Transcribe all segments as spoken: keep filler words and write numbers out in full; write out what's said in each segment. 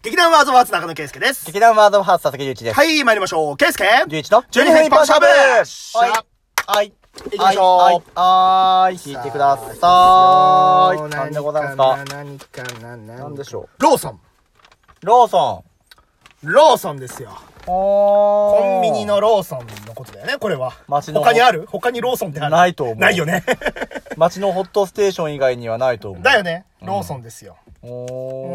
劇団ワードワーツ中野圭介です。 劇団ワードハーツ佐々木隆一です。 はい、参りましょう。圭介じゅういちのじゅうにふん一本勝負。 はい。はい。 行きましょう。 はい。はい。聞いてください。何でございますか？ 何かな、 何でしょう。ローソン。 ローソン。ローソンですよ。 コンビニのローソンのことだよね、これは。 街の他にある？他にローソンってある？ ないと思う。 ないよね。 街のホットステーション以外にはないと思う。 だよね。ローソンですよ。 うん、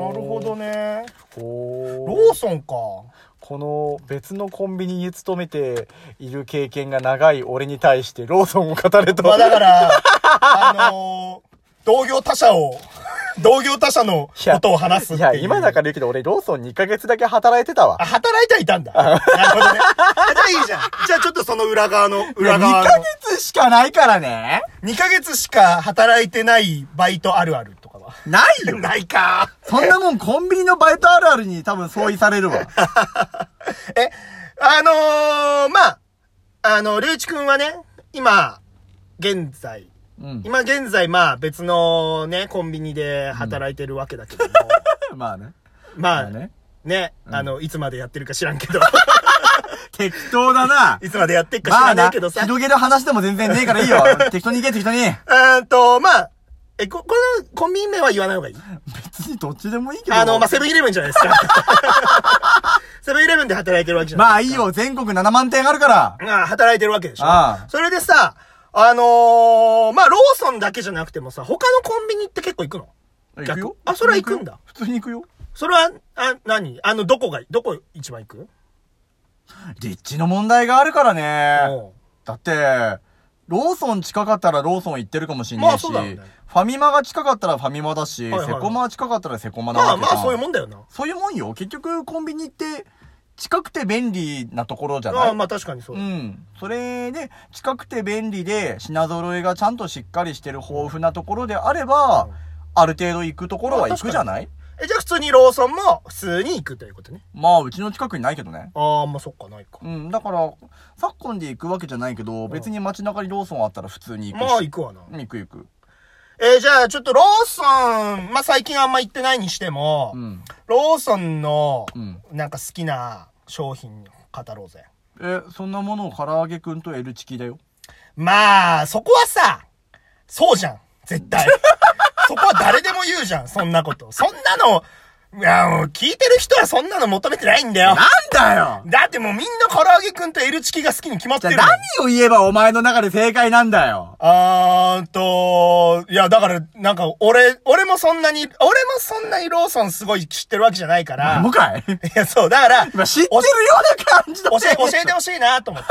なるほどね。 おローソンか。 この別のコンビニに勤めている経験が長い俺に対してローソンを語れと。 まあだから、あのー、同業他社を、同業他社のことを話すっていう。 いや、今だから言うけど俺ローソンにかげつだけ働いてたわ。 あ、働いてはいたんだ。なるほどね。じゃあいいじゃん。じゃあちょっとその裏側の、裏側の。 にかげつしかないからね。 にかげつしか働いてないバイトあるあるとかは。 ないよ。 ないか。 そんなもんコンビニのバイトあるあるに多分相違されるわ。 え、あのー、まあ、あの、りゅういちくんはね、今、現在、うん、今現在、まあ別のね、コンビニで働いてるわけだけども。 うん、まあね。 まあ、まあね、ね、うん、あの、いつまでやってるか知らんけど。 適当だな。 いつまでやってるか知らないけどさ。 まあ、広げる話でも全然ねえからいいよ。適当に行け、適当に。 うーんと、まあ、え、こ、このコンビニ名は言わない方がいい？ 別にどっちでもいいけど。 あの、まあ、セブンイレブンじゃないですか。セブンイレブンで働いてるわけじゃないですか。 まあいいよ、全国ななまんてんあるから。 ああ、働いてるわけでしょ。 ああ。 それでさ、あのー、まあ、ローソンだけじゃなくてもさ、他のコンビニって結構行くの？ 行くよ。 あ、それは行くんだ。 普通に行くよ。 それは、あ、何？あの、どこが、どこ一番行く？ 立地の問題があるからね。だって、ローソン近かったらローソン行ってるかもしんないし、まあね、ファミマが近かったらファミマだし、はいはいはい、セコマが近かったらセコマだわけじゃん。 まあまあそういうもんだよな。 そういうもんよ。結局コンビニって近くて便利なところじゃない？ああ、まあ確かにそう。 うん。それで、近くて便利で品揃えがちゃんとしっかりしてる豊富なところであれば、うん、ある程度行くところは行くじゃない？ え、じゃあ普通にローソンも普通に行くということね。 まあ、うちの近くにないけどね。 ああ、まあそっか、ないか。 うん、だから、昨今で行くわけじゃないけど、別に街中にローソンあったら普通に行くし。 まあ行くわな。 行く行く。 えー、じゃあちょっとローソン、まあ最近あんま行ってないにしても、うん、ローソンの、なんか好きな商品語ろうぜ。 え、そんなものを唐揚げくんと L チキだよ。 まあ、そこはさ、そうじゃん。絶対。そこは誰でも言うじゃん、そんなこと。そんなの、いや、もう聞いてる人はそんなの求めてないんだよ。 なんだよ。 だってもうみんな唐揚げくんと L チキが好きに決まってる。 じゃあ何を言えばお前の中で正解なんだよ。 あーと、いやだからなんか俺、俺もそんなに、俺もそんなにローソンすごい知ってるわけじゃないから。 もうかい？ いやそう、だから。 今知ってるような感じだね。 教え、教えてほしいなと思って。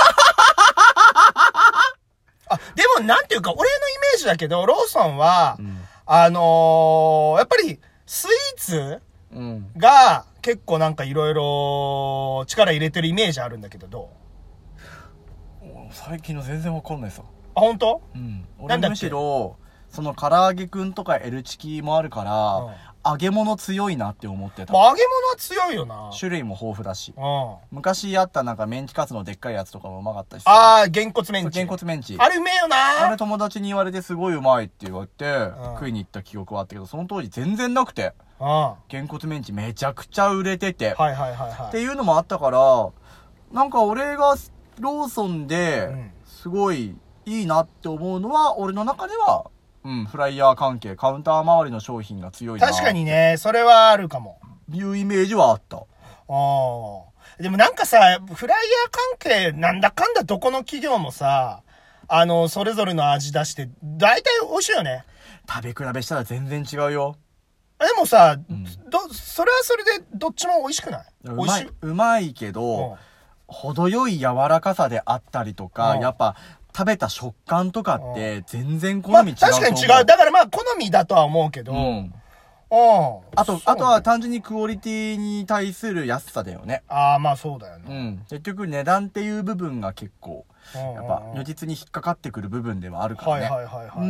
あ、でもなんていうか俺のイメージだけど、ローソンは、うん、あのー、やっぱりスイーツうん、が結構なんかいろいろ力入れてるイメージあるんだけど、どう？最近の全然わかんないさ。 あ、本当？ うん。俺むしろその唐揚げくんとか L チキもあるから、うん、揚げ物強いなって思ってた。 まあ揚げ物は強いよな。 種類も豊富だし。 うん。 昔あったなんかメンチカツのでっかいやつとかもうまかったし。 ああ、げんこつメンチ。 げんこつメンチ。 あれうめえよな。 あれ友達に言われてすごいうまいって言われて、うん、食いに行った記憶はあったけど、その当時全然なくて。げんこつメンチめちゃくちゃ売れてて。 はいはいはいはい。 っていうのもあったから、なんか俺がローソンで、すごいいいなって思うのは、俺の中では、うん、フライヤー関係、カウンター周りの商品が強いな。 確かにね、それはあるかも。 いうイメージはあった。ああ。でもなんかさ、フライヤー関係、なんだかんだどこの企業もさ、あの、それぞれの味出して、大体美味しいよね。 食べ比べしたら全然違うよ。 でもさ、うん、ど、それはそれでどっちも美味しくない？ うまい、うまいけど、うん、程よい柔らかさであったりとか、うん、やっぱ食べた食感とかって全然好み違うと思う。 まあ、確かに違う。だからまあ好みだとは思うけど、うん。うん、 あと、あとは単純にクオリティに対する安さだよね。 ああ、まあそうだよね。 うん。結局値段っていう部分が結構、やっぱ如実に引っかかってくる部分ではあるからね。 はいはいはいはい、はい。うん。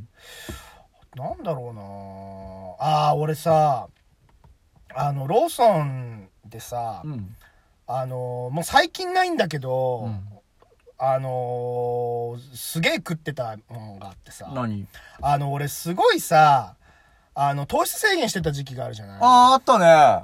なんだろうなああ、俺さ、あの、ローソンでさ、うん、あの、もう最近ないんだけど、うん、あの、すげえ食ってたものがあってさ。 何？ あの、俺すごいさ、あの、糖質制限してた時期があるじゃない？ ああ、あったね。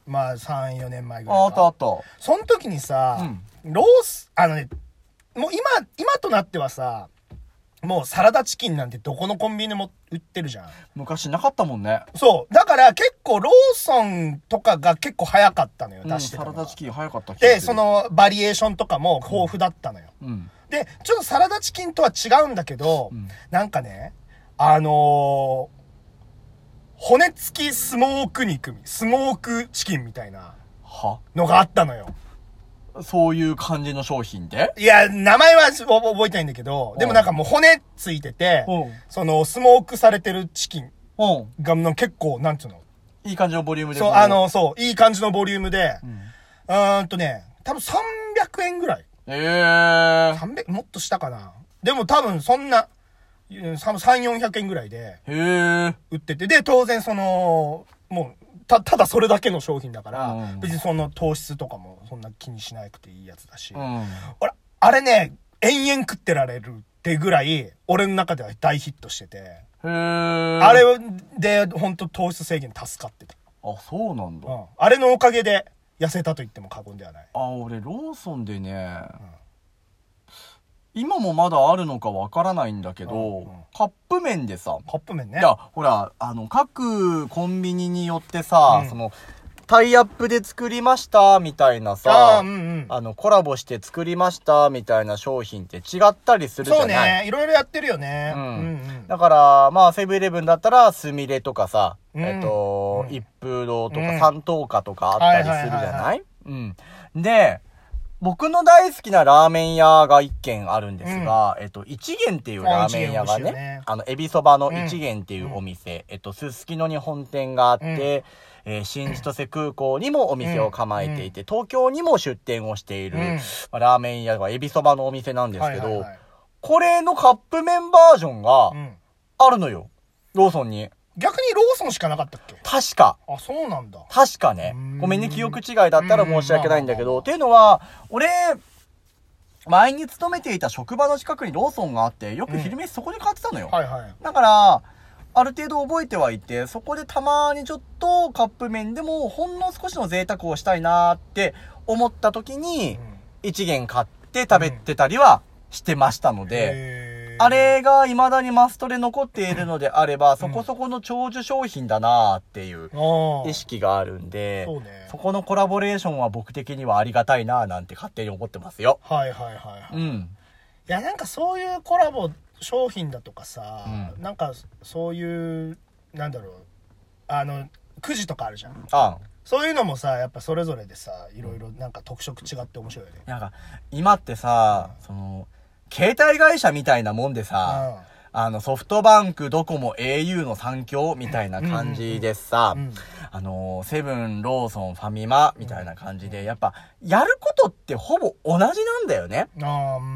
まあさん、よねんまえぐらいか。 あったあった。 その時にさ、うん、ロース、あのね、もう今、今となってはさ、もうサラダチキンなんてどこのコンビニでも売ってるじゃん。 昔なかったもんね。 そう。だから結構ローソンとかが結構早かったのよ、出してたの、うん、 サラダチキン早かった気がする。 で、そのバリエーションとかも豊富だったのよ。うん、で、ちょっとサラダチキンとは違うんだけど、うん、なんかね、あのー、骨付きスモーク肉、スモークチキンみたいなのがあったのよ。 そういう感じの商品で？ いや、名前は覚えてないんだけど、でもなんかもう骨ついてて、そのスモークされてるチキンが結構、なんつうの？ いい感じのボリュームで。 そう、あの、そう、いい感じのボリュームで、うん、うーんとね、多分さんびゃくえんぐらい。 ええー。 さんびゃく、もっとしたかな。でも多分そんな、さん、よんひゃくえんぐらいで、売ってて、で、当然その、もう、た、ただそれだけの商品だから、うん、別にその糖質とかもそんな気にしなくていいやつだし、うん、俺、あれね、延々食ってられるってぐらい、俺の中では大ヒットしてて、へあれで本当糖質制限助かってた。 あ、そうなんだ。 うん。あれのおかげで痩せたと言っても過言ではない。 あ、俺ローソンでね、うん、今もまだあるのかわからないんだけど、うんうん、カップ麺でさ、 カップ麺ね。 いや、ほら、あの、各コンビニによってさ、うん、その、タイアップで作りましたみたいなさ、あ、うんうん、あの、コラボして作りましたみたいな商品って違ったりするじゃない？ そうね。いろいろやってるよね。うん。うんうん、 だから、まあ、セブンイレブンだったら、スミレとかさ、うん、えっと、うん、一風堂とか、うん、三等価とかあったりするじゃない？うん。で、僕の大好きなラーメン屋が一軒あるんですが、うん、えっと、一元っていうラーメン屋がね、ねあの、エビそばの一元っていうお店、うん、えっと、すすきのに本店があって、うん、えー、新千歳空港にもお店を構えていて、うん、東京にも出店をしている、うん、まあ、ラーメン屋がエビそばのお店なんですけど、はいはいはい、これのカップ麺バージョンがあるのよ、ローソンに。 逆にローソンしかなかったっけ？ 確か。 あ、そうなんだ。 確かね。ごめんね、記憶違いだったら申し訳ないんだけど。っていうのは、俺、前に勤めていた職場の近くにローソンがあって、よく昼飯そこで買ってたのよ。うん、はいはい。だから、ある程度覚えてはいて、そこでたまにちょっとカップ麺でもほんの少しの贅沢をしたいなーって思った時に、一元買って食べてたりはしてましたので、うんあれが未だにマストで残っているのであれば、うん、そこそこの長寿商品だなーっていう意識があるんで、そうね、そこのコラボレーションは僕的にはありがたいなーなんて勝手に思ってますよ。 はいはいはいはい。うん。いやなんかそういうコラボ商品だとかさ、うん、なんかそういう、なんだろう、あの、くじとかあるじゃん。ああそういうのもさ、やっぱそれぞれでさ、いろいろなんか特色違って面白いよね。 なんか、今ってさ、うん、その、携帯会社みたいなもんでさ、うん、あの、ソフトバンク、ドコモ、au の三強みたいな感じでさ、うんうんうん、あの、セブン、ローソン、ファミマみたいな感じで、やっぱ、やることってほぼ同じなんだよね。あうん、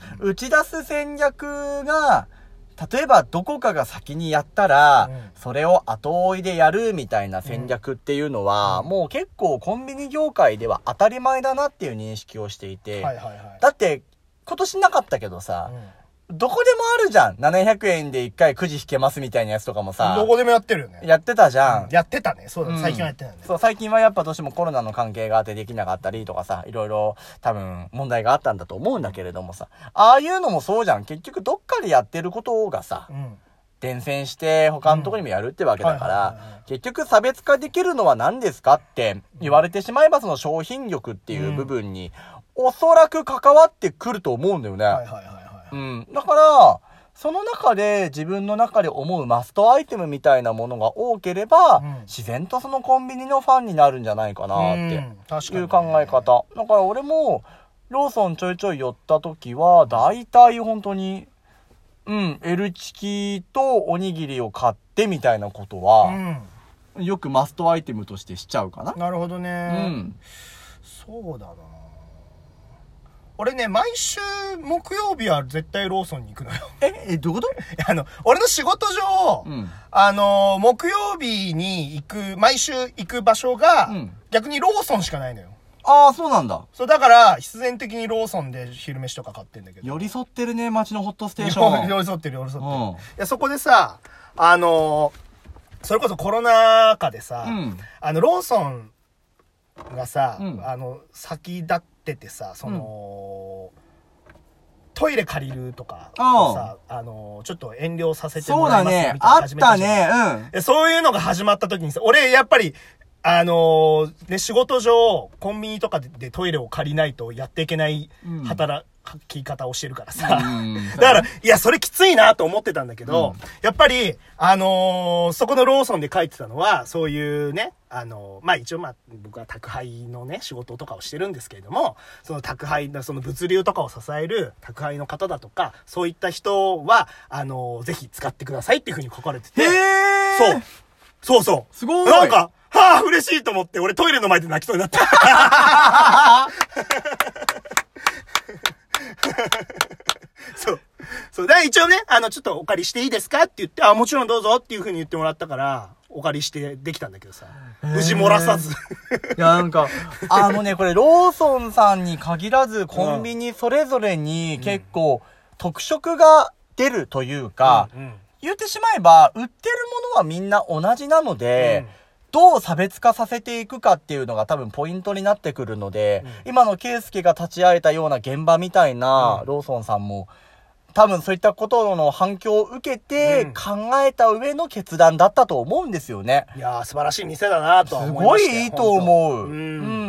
うん。打ち出す戦略が、例えばどこかが先にやったら、うん、それを後追いでやるみたいな戦略っていうのは、うん、もう結構コンビニ業界では当たり前だなっていう認識をしていて、はいはいはい、だって、今年なかったけどさ、うん、どこでもあるじゃん。ななひゃくえんでいっかいくじ引けますみたいなやつとかもさ。 どこでもやってるよね。 やってたじゃん。うん、 やってたね。そうだ、うん、最近はやってないね。 そう、最近はやっぱどうしてもコロナの関係があってできなかったりとかさ、いろいろ多分問題があったんだと思うんだけれどもさ、ああいうのもそうじゃん。結局どっかでやってることがさ、うん、伝染して他のとこにもやるってわけだから、結局差別化できるのは何ですかって言われてしまえばその商品力っていう部分に、おそらく関わってくると思うんだよね。はいはいはいはい。うん。だから、その中で自分の中で思うマストアイテムみたいなものが多ければ、うん、自然とそのコンビニのファンになるんじゃないかなっていう考え方。だから俺も、ローソンちょいちょい寄った時は、だいたい本当に、うん、L チキとおにぎりを買ってみたいなことは、うん、よくマストアイテムとしてしちゃうかな。 なるほどね。うん。そうだな。俺ね、毎週木曜日は絶対ローソンに行くのよ。 え、え、どういうこと？ あの、俺の仕事上、うん、あの、木曜日に行く、毎週行く場所が、うん、逆にローソンしかないのよ。 ああ、そうなんだ。 そう、だから、必然的にローソンで昼飯とか買ってんだけど。 寄り添ってるね、街のホットステーション。 寄り添ってる、寄り添ってる。うん、いや、そこでさ、あの、それこそコロナ禍でさ、うん、あの、ローソンがさ、うん、あの、先立っててさ、その、うんトイレ借りるとかさ、あの、ちょっと遠慮させてもらいますみたいな始めたじゃん。 そうだね。あったね。 うん。そういうのが始まった時にさ、俺やっぱり、あのー、ね、仕事上、コンビニとかでトイレを借りないとやっていけない働き方をしてるからさ。うん、だから、いや、それきついなと思ってたんだけど、うん、やっぱり、あのー、そこのローソンで書いてたのは、そういうね、あのー、まあ、一応まあ、僕は宅配のね、仕事とかをしてるんですけれども、その宅配の、その物流とかを支える宅配の方だとか、そういった人は、あのー、ぜひ使ってくださいっていうふうに書かれてて、 へーそう。そうそう。 すごい。 なんか、はぁ、嬉しいと思って、俺トイレの前で泣きそうになった。そう。そう。だから一応ね、あの、ちょっとお借りしていいですかって言って、あ、もちろんどうぞっていう風に言ってもらったから、お借りしてできたんだけどさ。無事漏らさず。いや、なんか、あのね、これ、ローソンさんに限らず、コンビニそれぞれに結構、特色が出るというか、うんうん、言ってしまえば、売ってるものはみんな同じなので、うんどう差別化させていくかっていうのが多分ポイントになってくるので、うん、今のケイスケが立ち会えたような現場みたいなローソンさんも、多分そういったことの反響を受けて考えた上の決断だったと思うんですよね。 いやー素晴らしい店だなとは思いました。 すごいいいと思う。うん、うん。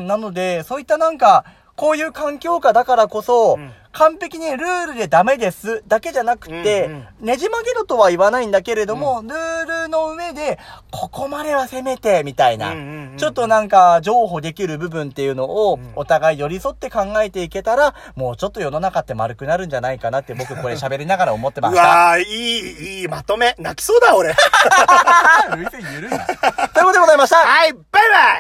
なので、そういったなんか、こういう環境下だからこそ、うん完璧にルールでダメですだけじゃなくて、うんうん、ねじ曲げろとは言わないんだけれども、うん、ルールの上で、ここまでは攻めて、みたいな、うんうんうん、ちょっとなんか、譲歩できる部分っていうのを、お互い寄り添って考えていけたら、もうちょっと世の中って丸くなるんじゃないかなって僕これ喋りながら思ってました。 うわー、いい、いいまとめ。泣きそうだ、俺。 涙腺ゆるいな。ということでございました。 はい、バイバイ